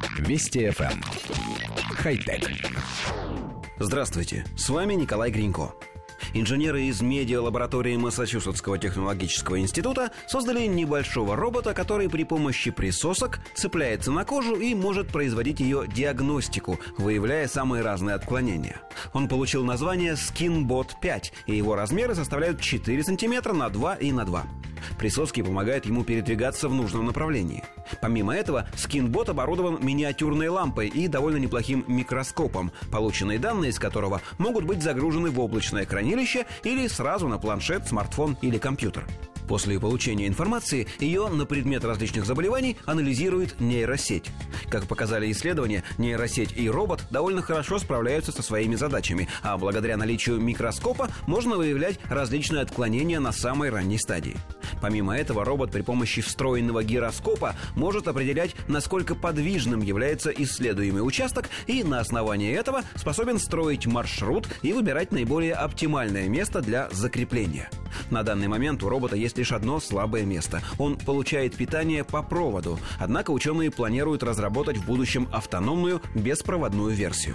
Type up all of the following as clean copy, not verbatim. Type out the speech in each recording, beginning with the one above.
Вести ФМ. Хай-тек. Здравствуйте, с вами Николай Гринько. Инженеры из медиалаборатории Массачусетского технологического института создали небольшого робота, который при помощи присосок цепляется на кожу и может производить ее диагностику, выявляя самые разные отклонения. Он получил название SkinBot 5, и его размеры составляют 4 см на 2 и на 2. Присоски помогают ему передвигаться в нужном направлении. Помимо этого, SkinBot оборудован миниатюрной лампой и довольно неплохим микроскопом, полученные данные из которого могут быть загружены в облачное хранилище или сразу на планшет, смартфон или компьютер. После получения информации ее на предмет различных заболеваний анализирует нейросеть. Как показали исследования, нейросеть и робот довольно хорошо справляются со своими задачами, а благодаря наличию микроскопа можно выявлять различные отклонения на самой ранней стадии. Помимо этого, робот при помощи встроенного гироскопа может определять, насколько подвижным является исследуемый участок, и на основании этого способен строить маршрут и выбирать наиболее оптимальное место для закрепления. На данный момент у робота есть лишь одно слабое место. Он получает питание по проводу, однако ученые планируют разработать в будущем автономную беспроводную версию.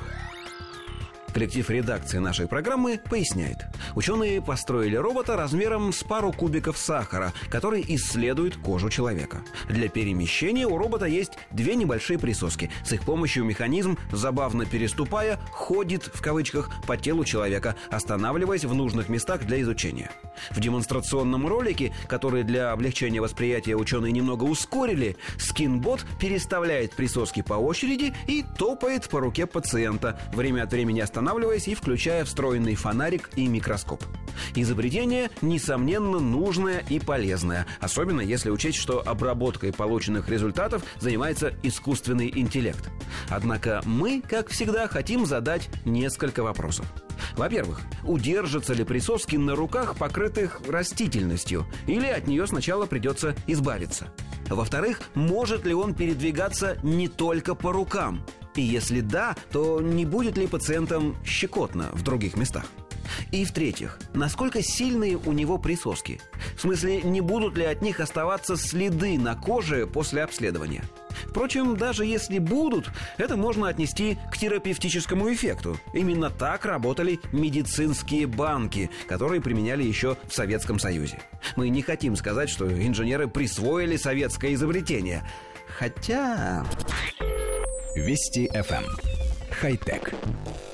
Коллектив редакции нашей программы поясняет. Ученые построили робота размером с пару кубиков сахара, который исследует кожу человека. Для перемещения у робота есть две небольшие присоски. С их помощью механизм, забавно переступая, «ходит» в кавычках по телу человека, останавливаясь в нужных местах для изучения. В демонстрационном ролике, который для облегчения восприятия ученые немного ускорили, SkinBot переставляет присоски по очереди и топает по руке пациента, время от времени останавливаясь и включая встроенный фонарик и микроскоп. Изобретение, несомненно, нужное и полезное, особенно если учесть, что обработкой полученных результатов занимается искусственный интеллект. Однако мы, как всегда, хотим задать несколько вопросов. Во-первых, удержатся ли присоски на руках, покрытых растительностью, или от нее сначала придется избавиться? Во-вторых, может ли он передвигаться не только по рукам? И если да, то не будет ли пациентам щекотно в других местах? И в-третьих, насколько сильные у него присоски? В смысле, не будут ли от них оставаться следы на коже после обследования? Впрочем, даже если будут, это можно отнести к терапевтическому эффекту. Именно так работали медицинские банки, которые применяли еще в Советском Союзе. Мы не хотим сказать, что инженеры присвоили советское изобретение. Хотя... Вести ФМ. Хай-тек.